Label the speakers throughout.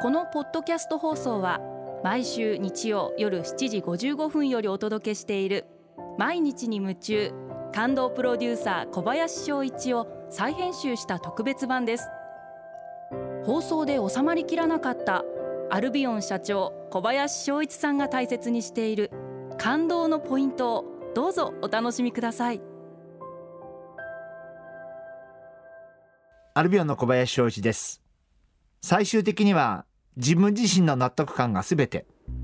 Speaker 1: このポッドキャスト放送は毎週日曜夜7時55分よりお届けしている毎日に夢中感動プロデューサー小林翔一を再編集した特別版です。放送で収まりきらなかったアルビオン社長小林翔一さんが大切にしている感動のポイントをどうぞお楽しみください。
Speaker 2: アルビオンの小林翔一です。最終的には自分自身の納得感が全て。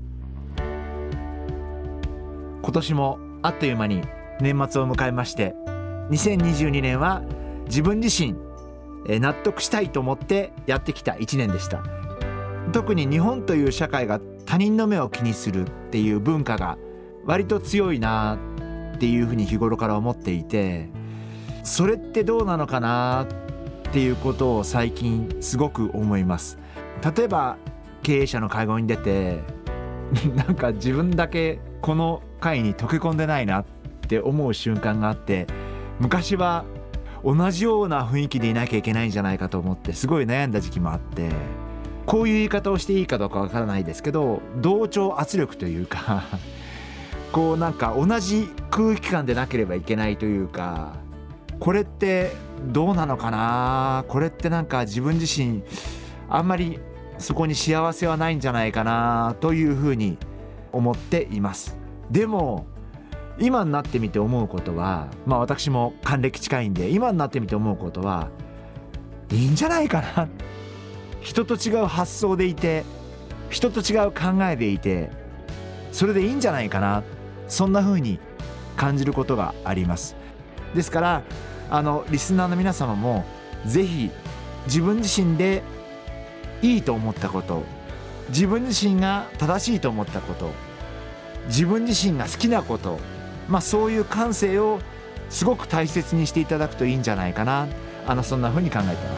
Speaker 2: 今年もあっという間に年末を迎えまして、2022年は自分自身納得したいと思ってやってきた1年でした。特に日本という社会が他人の目を気にするっていう文化が割と強いなっていうふうに日頃から思っていて、それってどうなのかなっていうことを最近すごく思います。例えば経営者の会合に出てなんか自分だけこの会に溶け込んでないなって思う瞬間があって、昔は同じような雰囲気でいなきゃいけないんじゃないかと思ってすごい悩んだ時期もあって、こういう言い方をしていいかどうかわからないですけど、同調圧力というかこうなんか同じ空気感でなければいけないというか、これってどうなのかな、これってなんか自分自身あんまりそこに幸せはないんじゃないかなというふうに思っています。でも今になってみて思うことは、私も還暦近いんで今になってみて思うことはいいんじゃないかな。人と違う発想でいて、人と違う考えでいて、それでいいんじゃないかな、そんな風に感じることがあります。ですからリスナーの皆様もぜひ自分自身でいいと思ったこと、自分自身が正しいと思ったこと、自分自身が好きなこと、そういう感性をすごく大切にしていただくといいんじゃないかな、そんな風に考えています。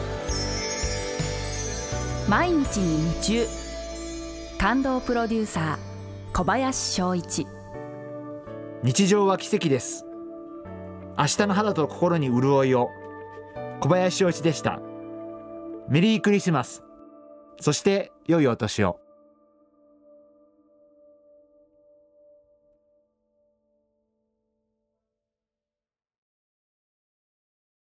Speaker 1: 毎日に夢中感動プロデューサー小林翔一。
Speaker 2: 日常は奇跡です。明日の肌と心に潤いを。小林翔一でした。メリークリスマス、そして良いお年を。